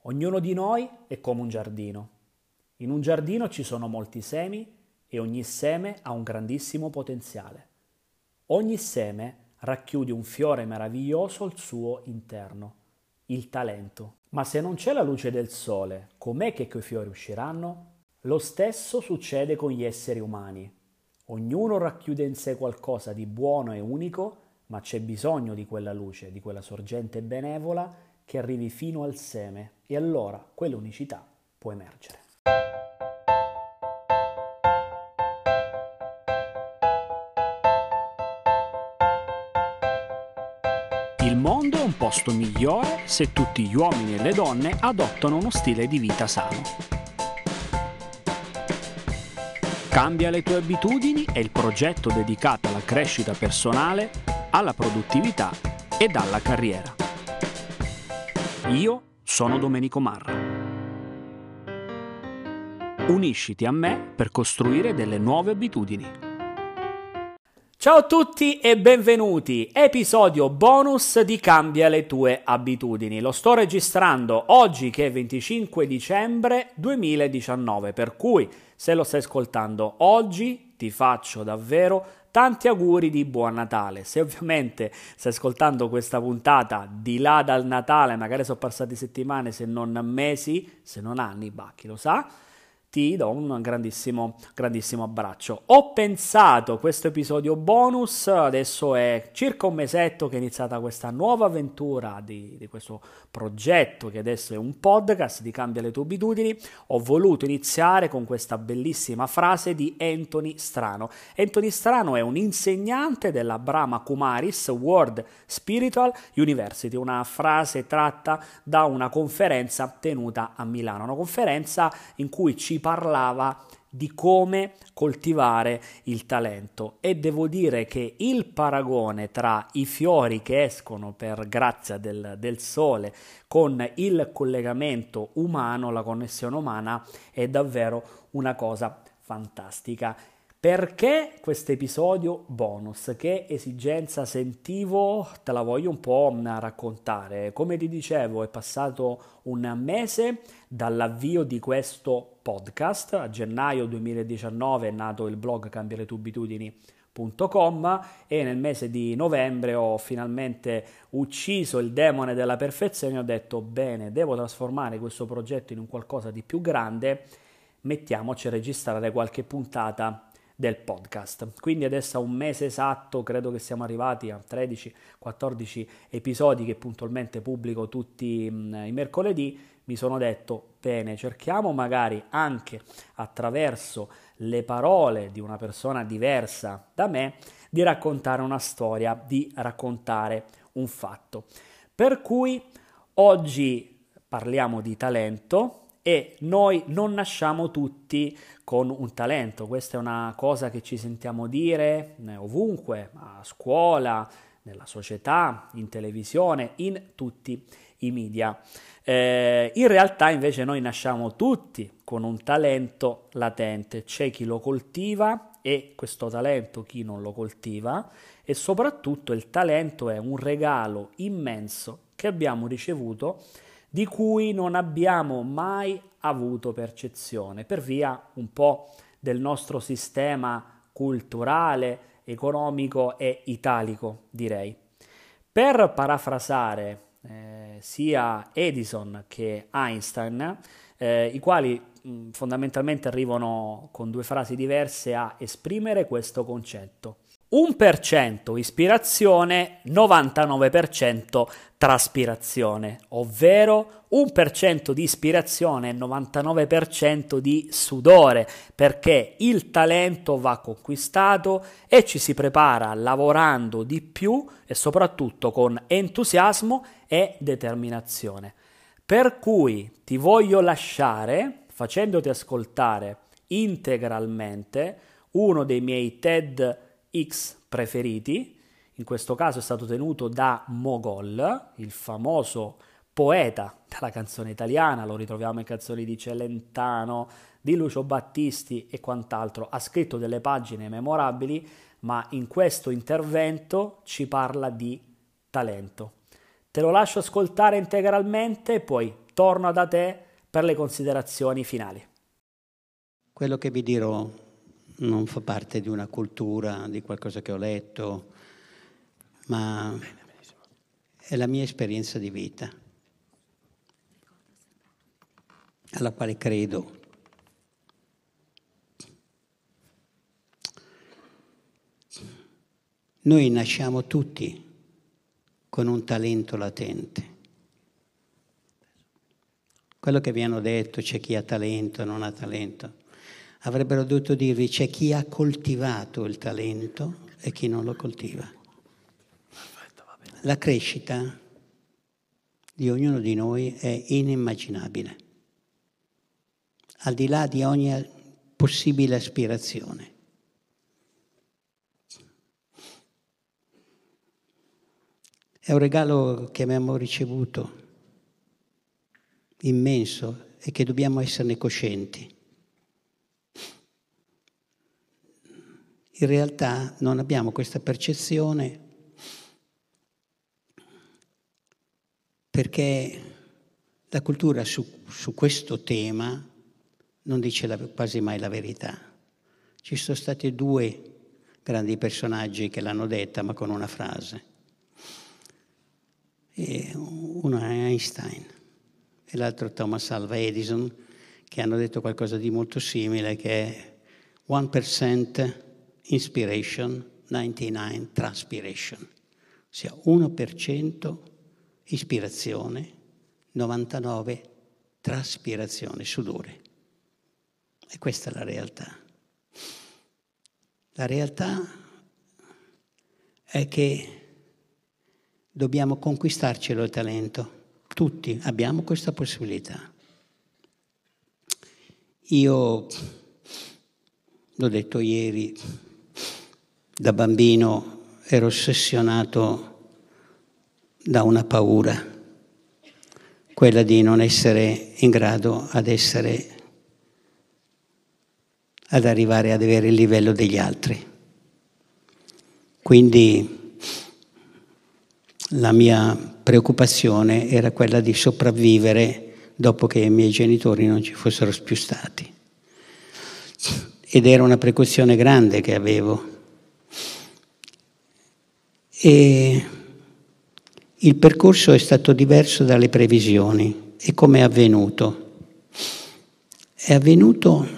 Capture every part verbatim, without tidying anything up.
Ognuno di noi è come un giardino. In un giardino ci sono molti semi e ogni seme ha un grandissimo potenziale. Ogni seme racchiude un fiore meraviglioso al suo interno, il talento. Ma se non c'è la luce del sole, com'è che quei fiori usciranno? Lo stesso succede con gli esseri umani. Ognuno racchiude in sé qualcosa di buono e unico, ma c'è bisogno di quella luce, di quella sorgente benevola che arrivi fino al seme e allora quell'unicità può emergere. Il mondo è un posto migliore se tutti gli uomini e le donne adottano uno stile di vita sano. Cambia le tue abitudini è il progetto dedicato alla crescita personale, alla produttività ed alla carriera. Io sono Domenico Marra. Unisciti a me per costruire delle nuove abitudini. Ciao a tutti e benvenuti, episodio bonus di Cambia le tue abitudini. Lo sto registrando oggi che è venticinque dicembre duemiladiciannove, per cui se lo stai ascoltando oggi ti faccio davvero tanti auguri di buon Natale. Se ovviamente stai ascoltando questa puntata di là dal Natale, magari sono passate settimane se non mesi, se non anni, bah, chi lo sa, ti do un grandissimo, grandissimo abbraccio. Ho pensato questo episodio bonus, adesso è circa un mesetto che è iniziata questa nuova avventura di, di questo progetto che adesso è un podcast di Cambia le tue abitudini. Ho voluto iniziare con questa bellissima frase di Anthony Strano. Anthony Strano è un insegnante della Brahma Kumaris World Spiritual University, una frase tratta da una conferenza tenuta a Milano, una conferenza in cui ci parlava di come coltivare il talento, e devo dire che il paragone tra i fiori che escono per grazia del, del sole con il collegamento umano, la connessione umana, è davvero una cosa fantastica. Perché questo episodio bonus? Che esigenza sentivo? Te la voglio un po' raccontare. Come ti dicevo, è passato un mese dall'avvio di questo podcast. A gennaio duemiladiciannove è nato il blog cambia le tue abitudini punto com e nel mese di novembre ho finalmente ucciso il demone della perfezione e ho detto: bene, devo trasformare questo progetto in un qualcosa di più grande, mettiamoci a registrare qualche puntata del podcast. Quindi adesso a un mese esatto credo che siamo arrivati a tredici quattordici episodi che puntualmente pubblico tutti mh, i mercoledì. Mi sono detto: bene, cerchiamo magari anche attraverso le parole di una persona diversa da me di raccontare una storia, di raccontare un fatto. Per cui oggi parliamo di talento. E noi non nasciamo tutti con un talento, questa è una cosa che ci sentiamo dire eh, ovunque, a scuola, nella società, in televisione, in tutti i media. Eh, in realtà invece noi nasciamo tutti con un talento latente, c'è chi lo coltiva e questo talento chi non lo coltiva, e soprattutto il talento è un regalo immenso che abbiamo ricevuto di cui non abbiamo mai avuto percezione per via un po' del nostro sistema culturale, economico e italico, direi. Per parafrasare eh, sia Edison che Einstein, eh, i quali mh, fondamentalmente arrivano con due frasi diverse a esprimere questo concetto. un per cento ispirazione, novantanove per cento traspirazione, ovvero un per cento di ispirazione e novantanove per cento di sudore, perché il talento va conquistato e ci si prepara lavorando di più e soprattutto con entusiasmo e determinazione. Per cui ti voglio lasciare facendoti ascoltare integralmente uno dei miei TED X preferiti. In questo caso è stato tenuto da Mogol, il famoso poeta della canzone italiana, lo ritroviamo in canzoni di Celentano, di Lucio Battisti e quant'altro. Ha scritto delle pagine memorabili, ma in questo intervento ci parla di talento. Te lo lascio ascoltare integralmente e poi torno da te per le considerazioni finali. Quello che vi dirò non fa parte di una cultura, di qualcosa che ho letto, ma è la mia esperienza di vita, alla quale credo. Noi nasciamo tutti con un talento latente. Quello che vi hanno detto, c'è chi ha talento e non ha talento, avrebbero dovuto dirvi c'è chi ha coltivato il talento e chi non lo coltiva. La crescita di ognuno di noi è inimmaginabile, al di là di ogni possibile aspirazione. È un regalo che abbiamo ricevuto immenso e che dobbiamo esserne coscienti. In realtà non abbiamo questa percezione perché la cultura su, su questo tema non dice la, quasi mai la verità. Ci sono stati due grandi personaggi che l'hanno detta, ma con una frase. E uno è Einstein e l'altro Thomas Alva Edison, che hanno detto qualcosa di molto simile, che è one percent inspiration, novantanove transpiration, ossia uno per cento ispirazione, novantanove traspirazione, sudore. E questa è la realtà. La realtà è che dobbiamo conquistarcelo il talento. Tutti abbiamo questa possibilità. Io, l'ho detto ieri, da bambino ero ossessionato da una paura, quella di non essere in grado ad essere, ad arrivare ad avere il livello degli altri. Quindi la mia preoccupazione era quella di sopravvivere dopo che i miei genitori non ci fossero più stati. Ed era una precauzione grande che avevo. E il percorso è stato diverso dalle previsioni. E come è avvenuto? È avvenuto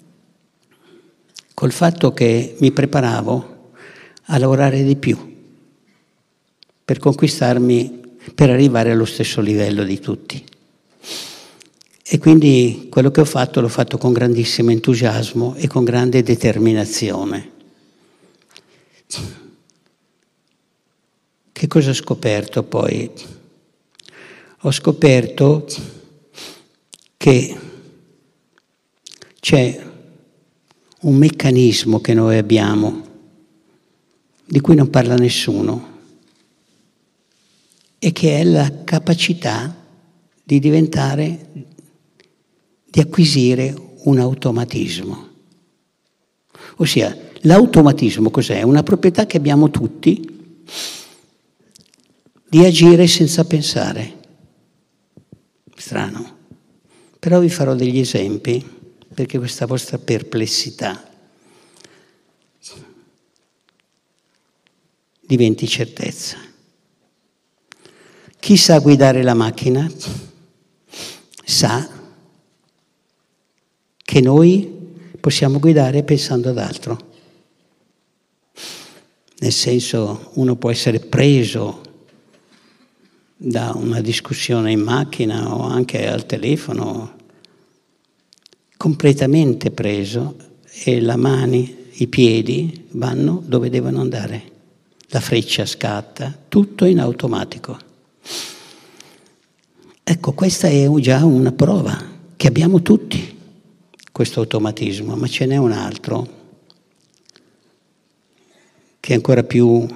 col fatto che mi preparavo a lavorare di più per conquistarmi, per arrivare allo stesso livello di tutti. E quindi quello che ho fatto l'ho fatto con grandissimo entusiasmo e con grande determinazione. Che cosa ho scoperto poi? Ho scoperto che c'è un meccanismo che noi abbiamo, di cui non parla nessuno, e che è la capacità di diventare, di acquisire un automatismo. Ossia, l'automatismo cos'è? Una proprietà che abbiamo tutti di agire senza pensare. Strano. Però vi farò degli esempi perché questa vostra perplessità diventi certezza. Chi sa guidare la macchina sa che noi possiamo guidare pensando ad altro. Nel senso, uno può essere preso da una discussione in macchina o anche al telefono, completamente preso, e le mani, i piedi vanno dove devono andare. La freccia scatta, tutto in automatico. Ecco, questa è già una prova che abbiamo tutti, questo automatismo, ma ce n'è un altro che è ancora più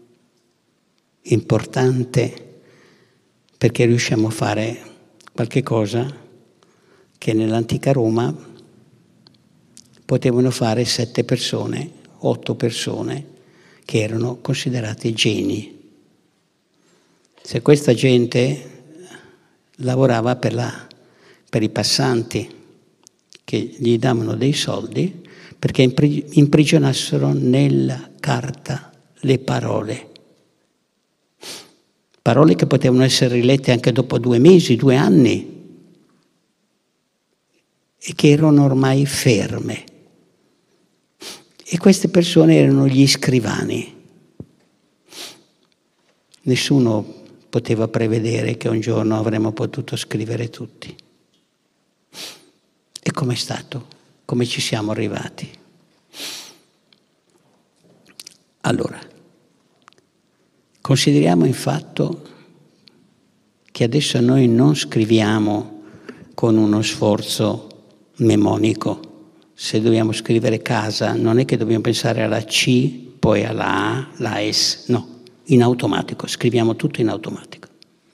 importante, perché riusciamo a fare qualche cosa che nell'antica Roma potevano fare sette persone, otto persone che erano considerate geni. Se questa gente lavorava per, la, per i passanti che gli davano dei soldi perché imprigionassero nella carta le parole. Parole che potevano essere rilette anche dopo due mesi, due anni, e che erano ormai ferme. E queste persone erano gli scrivani. Nessuno poteva prevedere che un giorno avremmo potuto scrivere tutti. E com'è stato? Come ci siamo arrivati? Allora, consideriamo il fatto che adesso noi non scriviamo con uno sforzo mnemonico. Se dobbiamo scrivere casa, non è che dobbiamo pensare alla C, poi alla A, la S, no, in automatico, scriviamo tutto in automatico.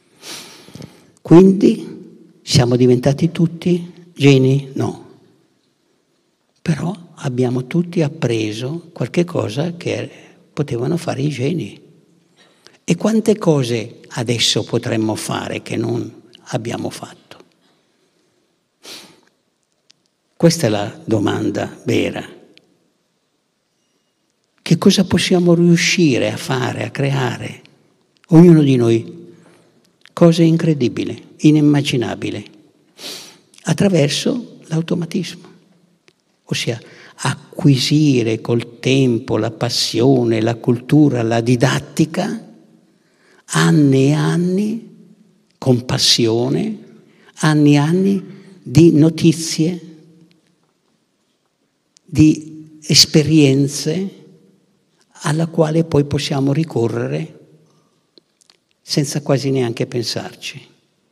Quindi siamo diventati tutti geni? No. Però abbiamo tutti appreso qualche cosa che potevano fare i geni. E quante cose adesso potremmo fare che non abbiamo fatto? Questa è la domanda vera. Che cosa possiamo riuscire a fare, a creare? Ognuno di noi. Cose incredibili, inimmaginabili, attraverso l'automatismo. Ossia, acquisire col tempo la passione, la cultura, la didattica, anni e anni, con passione, anni e anni di notizie, di esperienze alla quale poi possiamo ricorrere senza quasi neanche pensarci.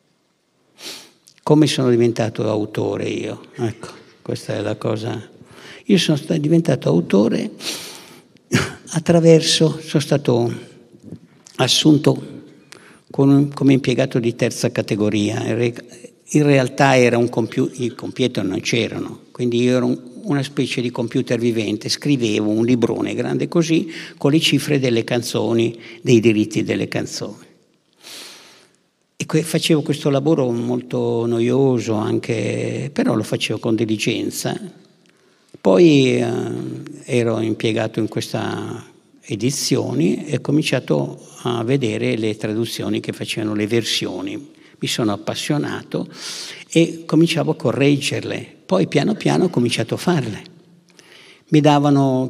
Come sono diventato autore io? Ecco, questa è la cosa. Io sono stato diventato autore attraverso, sono stato assunto con, come impiegato di terza categoria. In realtà era un computer, i computer non c'erano, quindi io ero un, una specie di computer vivente, scrivevo un librone grande così con le cifre delle canzoni, dei diritti delle canzoni. E que- facevo questo lavoro molto noioso anche, però lo facevo con diligenza. Poi eh, ero impiegato in questa edizioni e ho cominciato a vedere le traduzioni che facevano, le versioni. Mi sono appassionato e cominciavo a correggerle. Poi piano piano ho cominciato a farle. Mi davano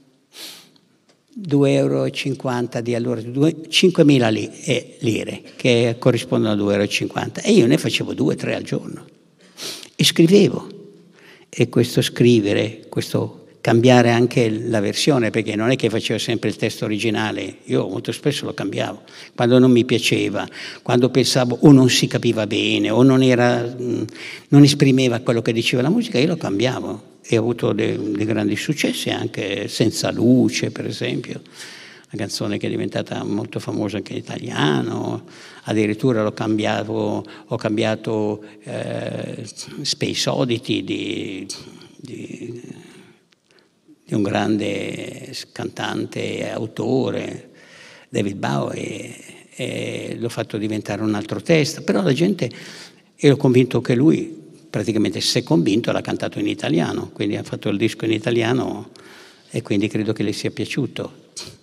due euro e cinquanta di allora, cinquemila lire, che corrispondono a due euro e cinquanta. E io ne facevo due, tre al giorno. E scrivevo. E questo scrivere, questo cambiare anche la versione, perché non è che facevo sempre il testo originale, io molto spesso lo cambiavo, quando non mi piaceva, quando pensavo o non si capiva bene o non era, non esprimeva quello che diceva la musica, io lo cambiavo e ho avuto dei, dei grandi successi anche Senza luce, per esempio, una canzone che è diventata molto famosa anche in italiano, addirittura l'ho cambiato, ho cambiato eh, Space Oddity di, di, di un grande cantante e autore, David Bowie, e, e l'ho fatto diventare un altro testo, però la gente, ero convinto che lui praticamente si è convinto, l'ha cantato in italiano, quindi ha fatto il disco in italiano e quindi credo che le sia piaciuto.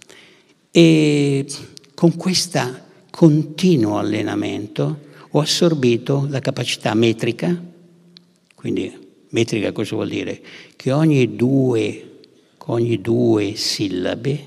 E con questo continuo allenamento ho assorbito la capacità metrica, quindi metrica cosa vuol dire? Che ogni due, ogni due sillabe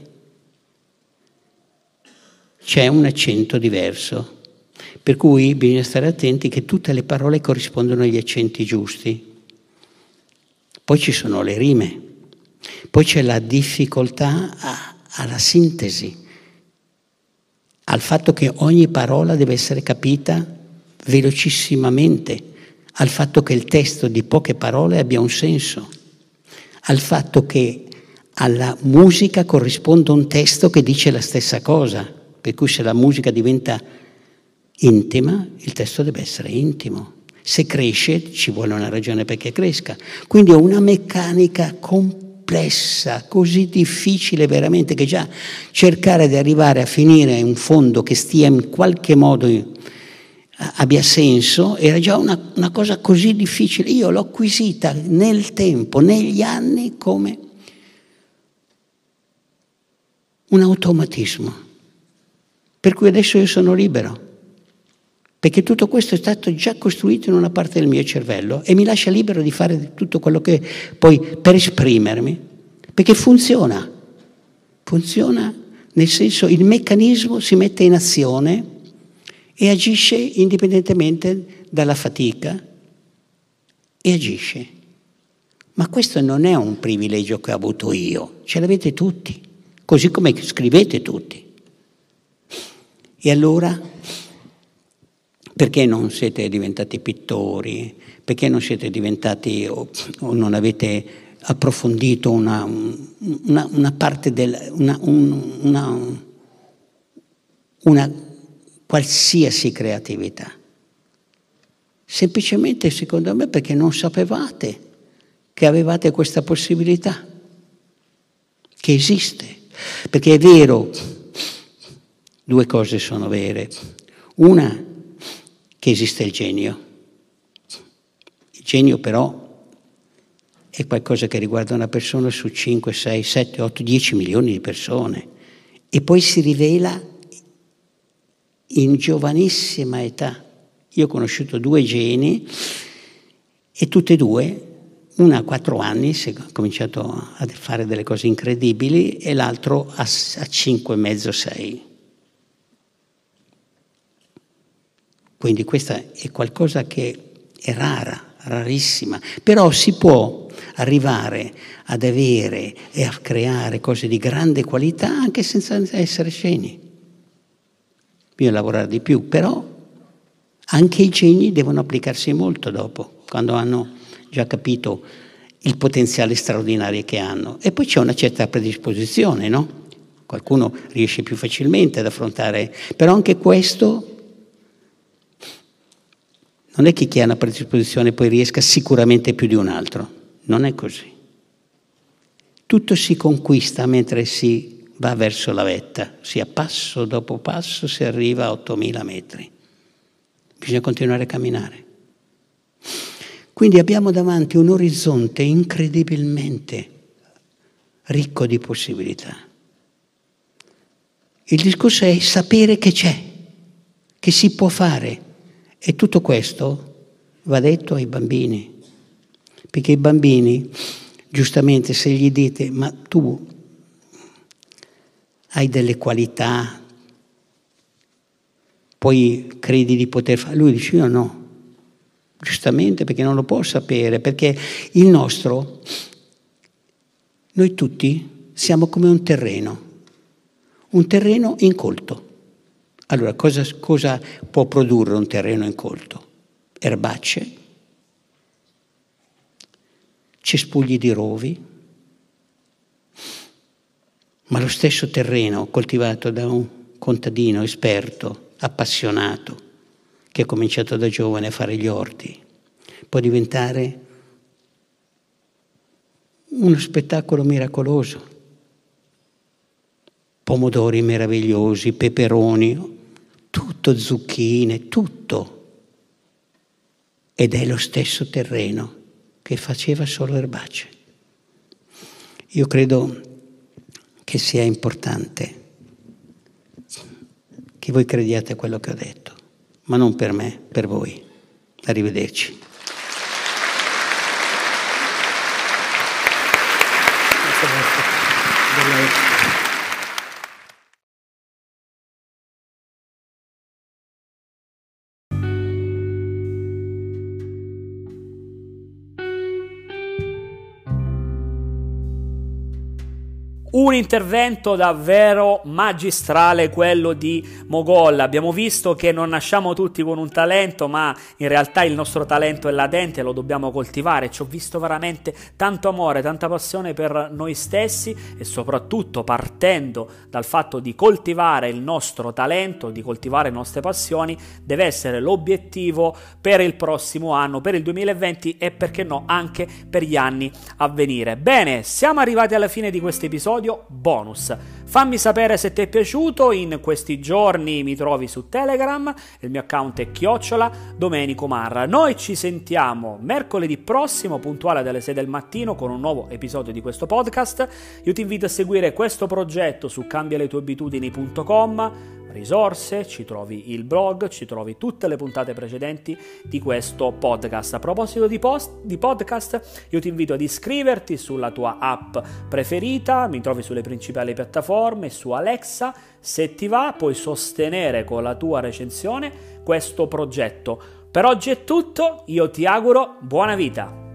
c'è un accento diverso, per cui bisogna stare attenti che tutte le parole corrispondono agli accenti giusti. Poi ci sono le rime, poi c'è la difficoltà a, alla sintesi, al fatto che ogni parola deve essere capita velocissimamente, al fatto che il testo di poche parole abbia un senso, al fatto che alla musica corrisponda un testo che dice la stessa cosa, per cui se la musica diventa intima, il testo deve essere intimo. Se cresce, ci vuole una ragione perché cresca. Quindi ho una meccanica complessa, così difficile veramente, che già cercare di arrivare a finire in un fondo che stia in qualche modo abbia senso, era già una, una cosa così difficile. Io l'ho acquisita nel tempo, negli anni, come un automatismo. Per cui adesso io sono libero, perché tutto questo è stato già costruito in una parte del mio cervello e mi lascia libero di fare tutto quello che poi per esprimermi, perché funziona, funziona nel senso il meccanismo si mette in azione e agisce indipendentemente dalla fatica e agisce. Ma questo non è un privilegio che ho avuto io, ce l'avete tutti, così come scrivete tutti. E allora perché non siete diventati pittori? Perché non siete diventati o, o non avete approfondito una, una, una parte del una, un, una, una qualsiasi creatività? Semplicemente, secondo me, perché non sapevate che avevate questa possibilità, che esiste. Perché è vero, due cose sono vere. Una, che esiste il genio. Il genio però è qualcosa che riguarda una persona su cinque, sei, sette, otto, dieci milioni di persone e poi si rivela in giovanissima età. Io ho conosciuto due geni e tutte e due, una a quattro anni, ha cominciato a fare delle cose incredibili e l'altro a, a cinque e mezzo, sei. Quindi questa è qualcosa che è rara, rarissima, però si può arrivare ad avere e a creare cose di grande qualità anche senza essere geni. Bisogna lavorare di più, però anche i geni devono applicarsi molto dopo, quando hanno già capito il potenziale straordinario che hanno. E poi c'è una certa predisposizione, no? Qualcuno riesce più facilmente ad affrontare, però anche questo non è che chi ha una predisposizione poi riesca sicuramente più di un altro, non è così. Tutto si conquista mentre si va verso la vetta, sia passo dopo passo si arriva a ottomila metri. Bisogna continuare a camminare. Quindi abbiamo davanti un orizzonte incredibilmente ricco di possibilità. Il discorso è sapere che c'è, che si può fare. E tutto questo va detto ai bambini, perché i bambini, giustamente, se gli dite ma tu hai delle qualità, poi credi di poter fare, lui dice io no, giustamente perché non lo può sapere, perché il nostro, noi tutti siamo come un terreno, un terreno incolto. Allora, cosa, cosa può produrre un terreno incolto? Erbacce, cespugli di rovi, ma lo stesso terreno coltivato da un contadino esperto, appassionato, che ha cominciato da giovane a fare gli orti, può diventare uno spettacolo miracoloso. Pomodori meravigliosi, peperoni, tutto zucchine, tutto. Ed è lo stesso terreno che faceva solo erbacce. Io credo che sia importante che voi crediate a quello che ho detto, ma non per me, per voi. Arrivederci. Un intervento davvero magistrale, quello di Mogol. Abbiamo visto che non nasciamo tutti con un talento, ma in realtà il nostro talento è latente, lo dobbiamo coltivare. Ci ho visto veramente tanto amore, tanta passione per noi stessi e soprattutto partendo dal fatto di coltivare il nostro talento, di coltivare le nostre passioni, deve essere l'obiettivo per il prossimo anno, per il duemilaventi e perché no anche per gli anni a venire. Bene, siamo arrivati alla fine di questo episodio. episodio bonus. Fammi sapere se ti è piaciuto, in questi giorni mi trovi su Telegram, il mio account è chiocciola Domenico Marra. Noi ci sentiamo mercoledì prossimo, puntuale alle sei del mattino, con un nuovo episodio di questo podcast. Io ti invito a seguire questo progetto su cambialetueabitudini punto com, risorse, ci trovi il blog, ci trovi tutte le puntate precedenti di questo podcast. A proposito di, post, di podcast, io ti invito ad iscriverti sulla tua app preferita, mi trovi sulle principali piattaforme, su Alexa. Se ti va, puoi sostenere con la tua recensione questo progetto. Per oggi è tutto, io ti auguro buona vita.